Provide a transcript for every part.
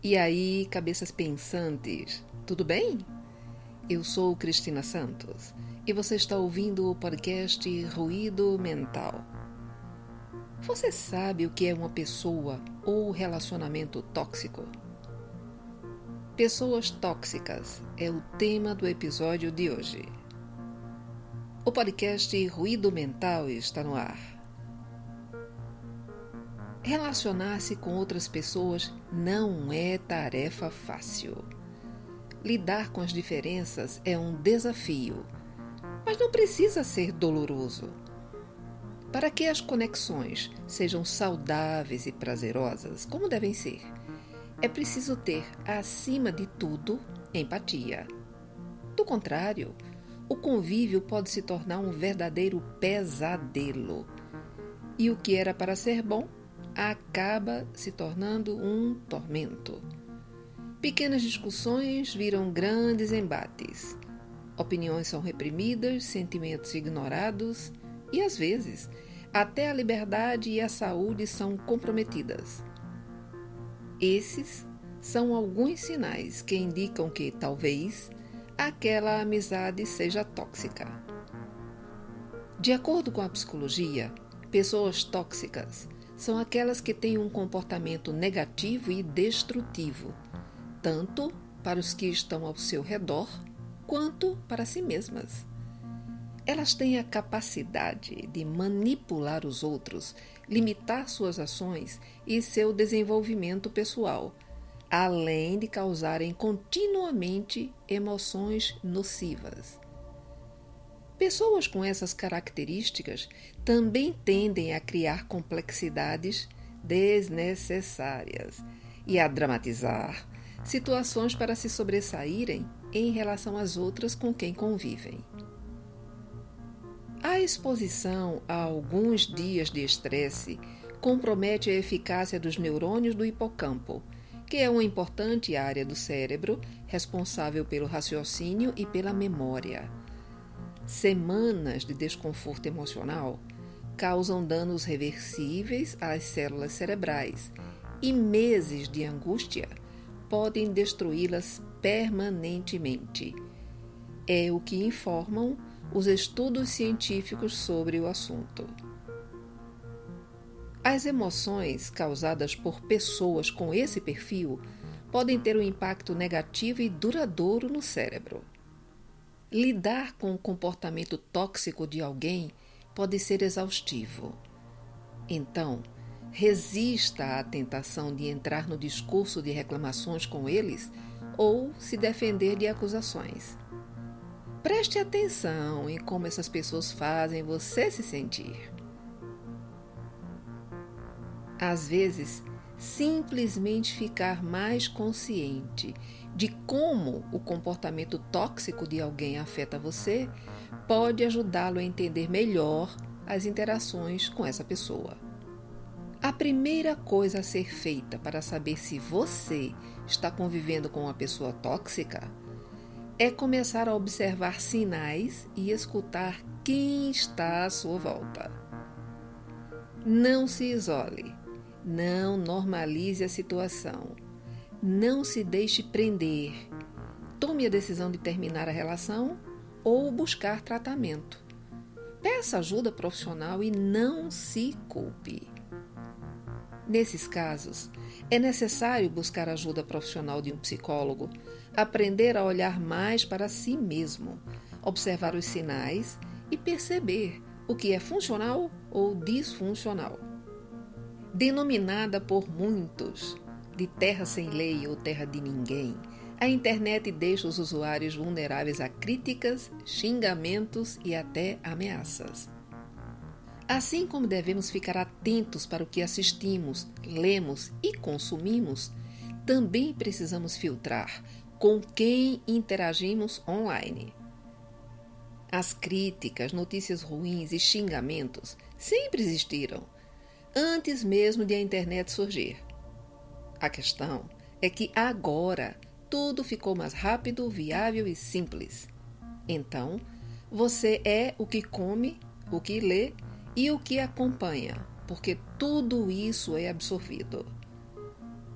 E aí, cabeças pensantes, tudo bem? Eu sou Cristina Santos e você está ouvindo o podcast Ruído Mental. Você sabe o que é uma pessoa ou relacionamento tóxico? Pessoas tóxicas é o tema do episódio de hoje. O podcast Ruído Mental está no ar. Relacionar-se com outras pessoas não é tarefa fácil. Lidar com as diferenças é um desafio, mas não precisa ser doloroso. Para que as conexões sejam saudáveis e prazerosas, como devem ser, é preciso ter, acima de tudo, empatia. Do contrário, o convívio pode se tornar um verdadeiro pesadelo. E o que era para ser bom acaba se tornando um tormento. Pequenas discussões viram grandes embates. Opiniões são reprimidas, sentimentos ignorados e, às vezes, até a liberdade e a saúde são comprometidas. Esses são alguns sinais que indicam que, talvez, aquela amizade seja tóxica. De acordo com a psicologia, pessoas tóxicas são aquelas que têm um comportamento negativo e destrutivo, tanto para os que estão ao seu redor, quanto para si mesmas. Elas têm a capacidade de manipular os outros, limitar suas ações e seu desenvolvimento pessoal, além de causarem continuamente emoções nocivas. Pessoas com essas características também tendem a criar complexidades desnecessárias e a dramatizar situações para se sobressaírem em relação às outras com quem convivem. A exposição a alguns dias de estresse compromete a eficácia dos neurônios do hipocampo, que é uma importante área do cérebro responsável pelo raciocínio e pela memória. Semanas de desconforto emocional causam danos reversíveis às células cerebrais e meses de angústia podem destruí-las permanentemente. É o que informam os estudos científicos sobre o assunto. As emoções causadas por pessoas com esse perfil podem ter um impacto negativo e duradouro no cérebro. Lidar com o comportamento tóxico de alguém pode ser exaustivo. Então, resista à tentação de entrar no discurso de reclamações com eles ou se defender de acusações. Preste atenção em como essas pessoas fazem você se sentir. Às vezes, simplesmente ficar mais consciente de como o comportamento tóxico de alguém afeta você pode ajudá-lo a entender melhor as interações com essa pessoa. A primeira coisa a ser feita para saber se você está convivendo com uma pessoa tóxica é começar a observar sinais e escutar quem está à sua volta. Não se isole, não normalize a situação, não se deixe prender, tome a decisão de terminar a relação ou buscar tratamento. Peça ajuda profissional e não se culpe. Nesses casos, é necessário buscar ajuda profissional de um psicólogo, aprender a olhar mais para si mesmo, observar os sinais e perceber o que é funcional ou disfuncional. Denominada por muitos de terra sem lei ou terra de ninguém, a internet deixa os usuários vulneráveis a críticas, xingamentos e até ameaças. Assim como devemos ficar atentos para o que assistimos, lemos e consumimos, também precisamos filtrar com quem interagimos online. As críticas, notícias ruins e xingamentos sempre existiram, antes mesmo de a internet surgir. A questão é que agora tudo ficou mais rápido, viável e simples. Então, você é o que come, o que lê e o que acompanha, porque tudo isso é absorvido.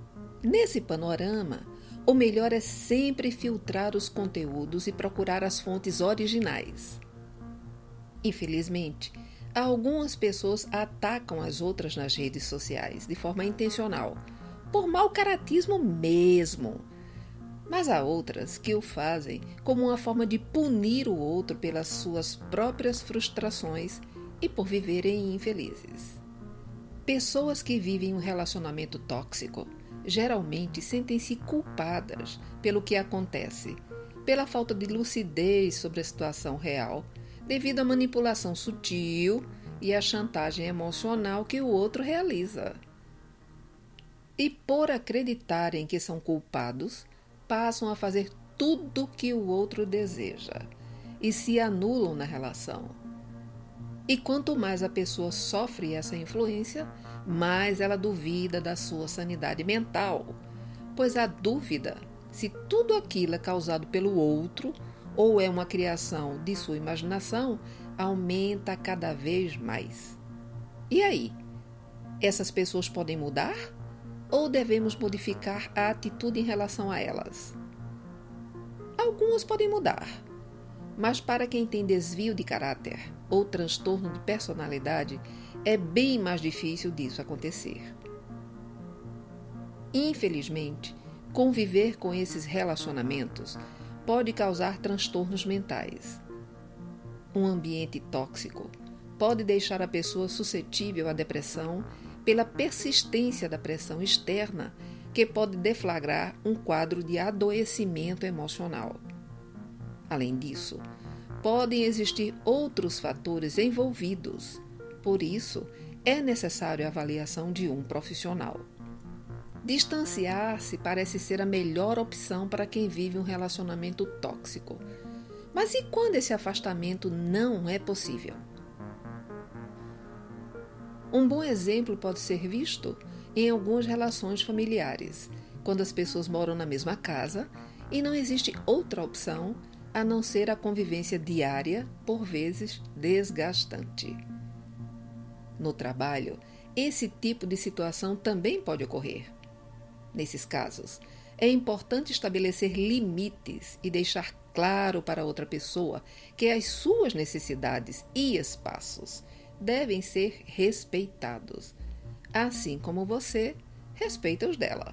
Nesse panorama, o melhor é sempre filtrar os conteúdos e procurar as fontes originais. Infelizmente, algumas pessoas atacam as outras nas redes sociais de forma intencional, por mau caratismo mesmo. Mas há outras que o fazem como uma forma de punir o outro pelas suas próprias frustrações e por viverem infelizes. Pessoas que vivem um relacionamento tóxico geralmente sentem-se culpadas pelo que acontece, pela falta de lucidez sobre a situação real, devido à manipulação sutil e à chantagem emocional que o outro realiza. E por acreditarem que são culpados, passam a fazer tudo o que o outro deseja e se anulam na relação. E quanto mais a pessoa sofre essa influência, mais ela duvida da sua sanidade mental, pois a dúvida se tudo aquilo é causado pelo outro ou é uma criação de sua imaginação aumenta cada vez mais. E aí? Essas pessoas podem mudar? Ou devemos modificar a atitude em relação a elas? Algumas podem mudar, mas para quem tem desvio de caráter ou transtorno de personalidade, é bem mais difícil disso acontecer. Infelizmente, conviver com esses relacionamentos pode causar transtornos mentais. Um ambiente tóxico pode deixar a pessoa suscetível à depressão pela persistência da pressão externa que pode deflagrar um quadro de adoecimento emocional. Além disso, podem existir outros fatores envolvidos. Por isso, é necessário a avaliação de um profissional. Distanciar-se parece ser a melhor opção para quem vive um relacionamento tóxico. Mas e quando esse afastamento não é possível? Um bom exemplo pode ser visto em algumas relações familiares, quando as pessoas moram na mesma casa e não existe outra opção a não ser a convivência diária, por vezes desgastante. No trabalho, esse tipo de situação também pode ocorrer. Nesses casos, é importante estabelecer limites e deixar claro para outra pessoa que as suas necessidades e espaços devem ser respeitados, assim como você respeita os dela.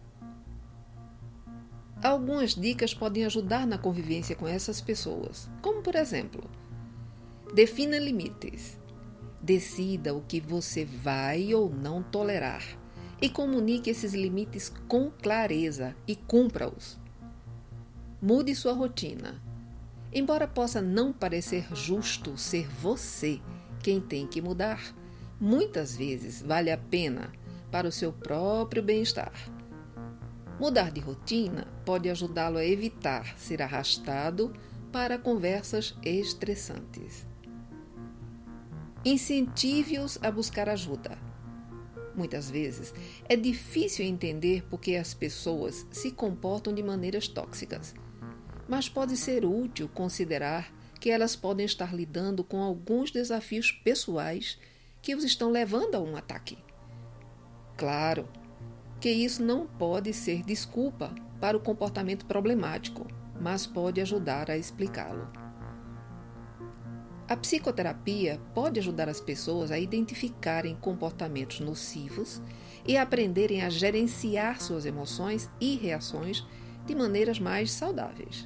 Algumas dicas podem ajudar na convivência com essas pessoas, como por exemplo, defina limites. Decida o que você vai ou não tolerar e comunique esses limites com clareza e cumpra-os. Mude sua rotina. Embora possa não parecer justo ser você quem tem que mudar, muitas vezes vale a pena para o seu próprio bem-estar. Mudar de rotina pode ajudá-lo a evitar ser arrastado para conversas estressantes. Incentive-os a buscar ajuda. Muitas vezes é difícil entender por que as pessoas se comportam de maneiras tóxicas, mas pode ser útil considerar que elas podem estar lidando com alguns desafios pessoais que os estão levando a um ataque. Claro que isso não pode ser desculpa para o comportamento problemático, mas pode ajudar a explicá-lo. A psicoterapia pode ajudar as pessoas a identificarem comportamentos nocivos e a aprenderem a gerenciar suas emoções e reações de maneiras mais saudáveis.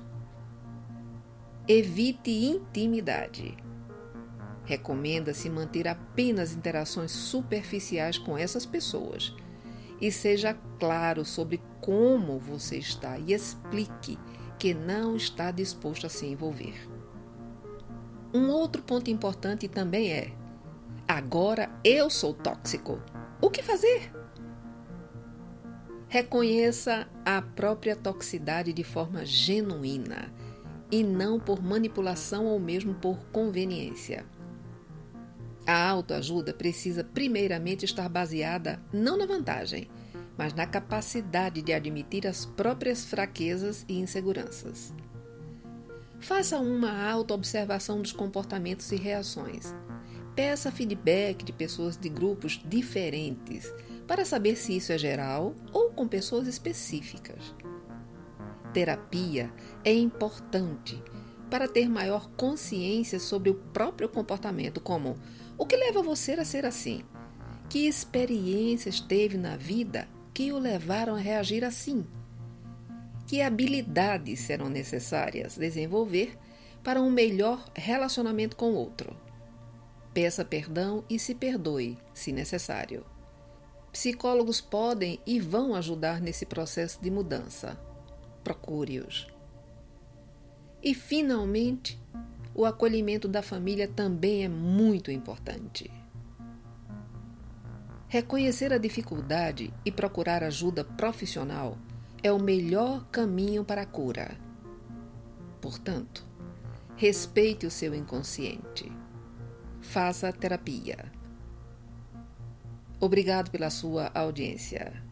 Evite intimidade. Recomenda-se manter apenas interações superficiais com essas pessoas e seja claro sobre como você está e explique que não está disposto a se envolver. Um outro ponto importante também é: agora eu sou tóxico. O que fazer? Reconheça a própria toxicidade de forma genuína e não por manipulação ou mesmo por conveniência. A autoajuda precisa primeiramente estar baseada não na vantagem, mas na capacidade de admitir as próprias fraquezas e inseguranças. Faça uma autoobservação dos comportamentos e reações. Peça feedback de pessoas de grupos diferentes para saber se isso é geral ou com pessoas específicas. Terapia é importante para ter maior consciência sobre o próprio comportamento, como o que leva você a ser assim, que experiências teve na vida que o levaram a reagir assim, que habilidades serão necessárias desenvolver para um melhor relacionamento com o outro. Peça perdão e se perdoe, se necessário. Psicólogos podem e vão ajudar nesse processo de mudança. Procure-os. E, finalmente, o acolhimento da família também é muito importante. Reconhecer a dificuldade e procurar ajuda profissional é o melhor caminho para a cura. Portanto, respeite o seu inconsciente. Faça terapia. Obrigado pela sua audiência.